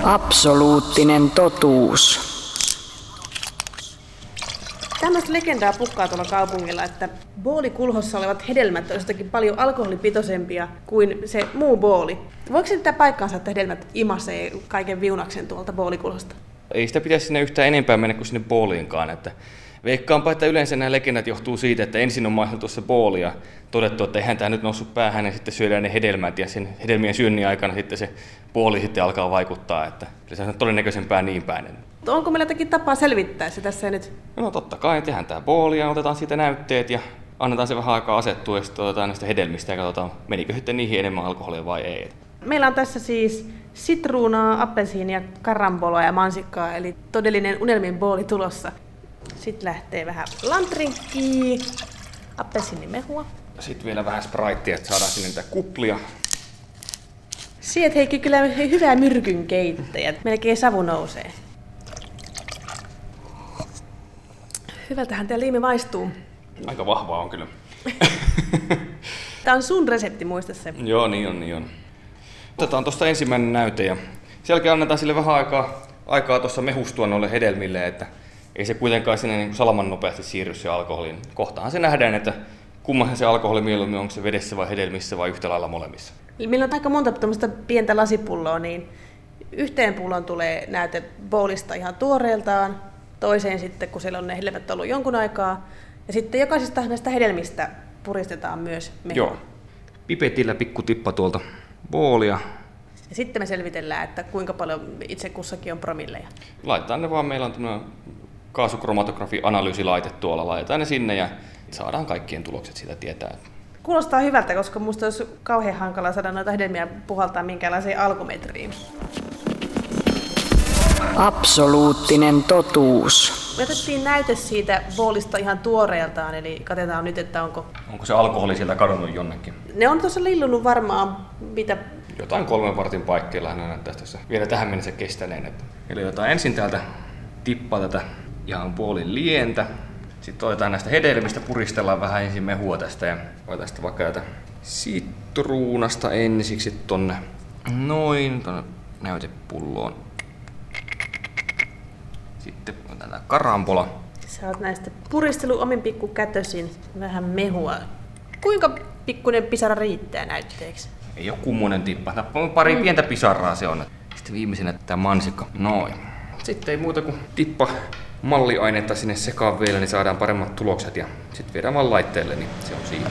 Absoluuttinen totuus. Tämmöistä legendaa pukkaa tuolla kaupungilla, että boolikulhossa olevat hedelmät on jostakin paljon alkoholipitoisempia kuin se muu booli. Voiko se pitää paikkaansa, että hedelmät imasee kaiken viunaksen tuolta boolikulhosta? Ei sitä pitäisi sinne yhtään enempää mennä kuin sinne booliinkaan. Että veikkaanpa, että yleensä nämä legendat johtuu siitä, että ensin on maisteltu se booli ja todettu, että eihän tämä nyt noussut päähän ja sitten syödään ne hedelmät ja sen hedelmien syönnin aikana sitten se booli sitten alkaa vaikuttaa. Että se on todennäköisempää niin päin. Onko meillä jotakin tapaa selvittää se tässä nyt? No totta kai, tehdään tämä booli ja otetaan siitä näytteet ja annetaan se vähän aikaa asettua ja sitten otetaan näistä hedelmistä ja katsotaan, menikö sitten niihin enemmän alkoholia vai ei. Meillä on tässä siis sitruunaa, appelsiinia, karamboloa ja mansikkaa, eli todellinen unelmien booli tulossa. Sitten lähtee vähän lantrinkkiä, appelsiinimehua. Sitten vielä vähän spraittia, että saadaan sinne niitä kuplia. Sieltä Heikki kyllä hyvää myrkyn keittäjä, melkein savu nousee. Hyvältähän tämä liimi maistuu. Aika vahvaa on kyllä. Tämä on sun resepti, muista se. Joo, niin on. Otetaan tuosta ensimmäinen näyte ja sen jälkeen annetaan sille vähän aikaa tuossa mehustua noille hedelmille, että ei se kuitenkaan sinne niin salaman nopeasti siirry se alkoholiin. Kohtahan se nähdään, että kummahan se alkoholi mieluummin, onko se vedessä vai hedelmissä vai yhtä lailla molemmissa. Meillä on aika monta tämmöistä pientä lasipulloa, niin yhteen pulloon tulee näyte boolista ihan tuoreeltaan, toiseen sitten, kun siellä on ne hedelmät ollut jonkun aikaa, ja sitten jokaisesta näistä hedelmistä puristetaan myös mehua. Joo. Pipetillä pikku tippa tuolta boolia. Ja sitten me selvitellään, että kuinka paljon itse kussakin on promilleja. Laitetaan ne vaan, meillä on tämmöinen kaasukromatografi-analyysilaite tuolla, laitetaan ne sinne ja saadaan kaikkien tulokset siitä tietää. Kuulostaa hyvältä, koska musta olisi kauhean hankala saada noita hedelmiä puhaltaa minkäänlaiseen alkumetriin. Absoluuttinen totuus. Me otettiin näyte siitä boolista ihan tuoreeltaan, eli katsotaan nyt, että onko se alkoholi sieltä kadonnut jonnekin? Ne on tuossa lillunut varmaan, mitä? Jotain 3 vartin paikkeilla ne näyttäisi tässä vielä tähän mennessä kestäneen. Eli otetaan ensin täältä tippaa tätä ihan boolin lientä. Sitten otetaan näistä hedelmistä, puristellaan vähän ensin mehua tästä ja otetaan sitten vaikka tätä sitruunasta ensiksi tonne näytepulloon. Sitten otetaan tää karambola. Sä oot näistä puristellut omin pikku kätösin vähän mehua. Kuinka pikkuinen pisara riittää näytteeksi? Ei oo kummonen tippa. Pari pientä pisaraa se on. Sitten viimeisenä tää mansikka. Noin. Sitten ei muuta kuin tippa malliainetta sinne sekaan vielä, niin saadaan paremmat tulokset. Ja sitten viedään vaan laitteelle, niin se on siinä.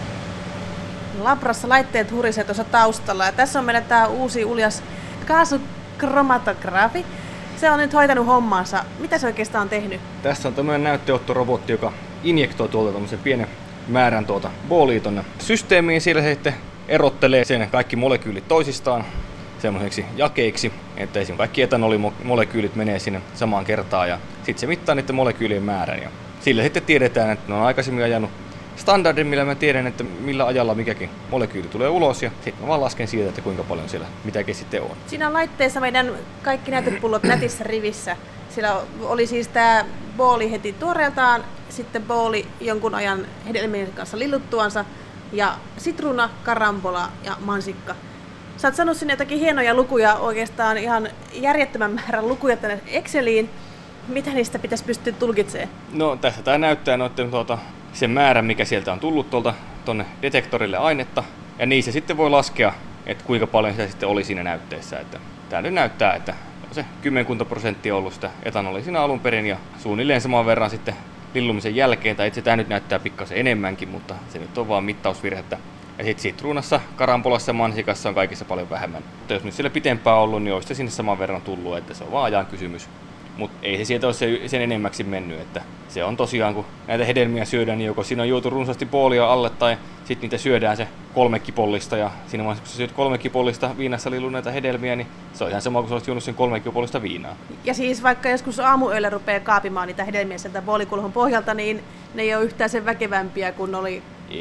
Labrassa laitteet hurisee tuossa taustalla. Ja tässä on meillä tää uusi uljas kaasukromatografi. Se on nyt hoitanut hommansa. Mitä se oikeastaan on tehnyt? Tässä on tämmöinen näytteenottorobotti, joka injektoi tuolta tämmöisen pienen määrän boolia tonne systeemiin. Siellä se sitten erottelee sen kaikki molekyylit toisistaan semmoiseksi jakeiksi, että esimerkiksi kaikki etanolimolekyydit menee sinne samaan kertaan ja sitten se mittaa niiden molekyylien määrän. Ja sillä sitten tiedetään, että ne on aikaisemmin ajanut standardin, millä mä tiedän, että millä ajalla mikäkin molekyyli tulee ulos ja sitten mä vaan lasken siitä, että kuinka paljon siellä mitäkin sitten on. Siinä on laitteessa meidän kaikki näytepullot nätissä rivissä. Siellä oli siis tää booli heti tuoreeltaan, sitten booli jonkun ajan hedelmien kanssa lilluttuansa ja sitruuna, karambola ja mansikka. Sä oot sanonut sinne jotakin hienoja lukuja, oikeastaan ihan järjettömän määrän lukuja tänne Exceliin. Mitä niistä pitäisi pystyä tulkitsemaan? No tässä tää näyttää noitten sen määrän, mikä sieltä on tullut tuonne detektorille ainetta. Ja niissä sitten voi laskea, että kuinka paljon sitä sitten oli siinä näytteessä. Että tää nyt näyttää, että on se 10% ollut sitä etanolia siinä alun perin ja suunnilleen saman verran sitten lillumisen jälkeen. Tai itse tää nyt näyttää pikkasen enemmänkin, mutta se nyt on vaan mittausvirhettä. Ja sitten sitruunassa, karambolassa ja mansikassa on kaikissa paljon vähemmän. Mutta jos nyt siellä pitempään ollut, niin olisi se sinne saman verran tullut, että se on vaan ajan kysymys. Mutta ei se sieltä ole sen enemmäksi mennyt, että se on tosiaan, kun näitä hedelmiä syödään, niin joko siinä on juotu runsaasti boolia alle tai sitten niitä syödään se 3 kipollista ja siinä vaiheessa, kun sä syöt 3 kipollista viinassa lilluneita hedelmiä, niin se on ihan sama kuin sä olisit juonut sen 3 kipollista viinaa. Ja siis vaikka joskus aamuyöllä rupeaa kaapimaan niitä hedelmiä sieltä boolikulhon pohjalta, niin ne ei ole yhtään sen väkevämpiä kuin oli.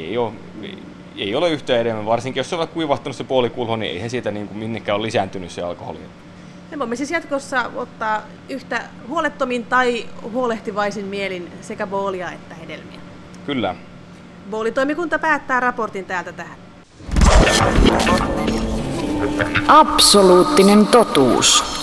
Ei ole yhtään enemmän, varsinkin jos se on kuivahtunut se boolikulho, niin eihän siitä niin kuin minnekään ole lisääntynyt se alkoholi. Me voimme siis jatkossa ottaa yhtä huolettomin tai huolehtivaisin mielin sekä boolia että hedelmiä. Kyllä. Boolitoimikunta päättää raportin täältä tähän. Absoluuttinen totuus.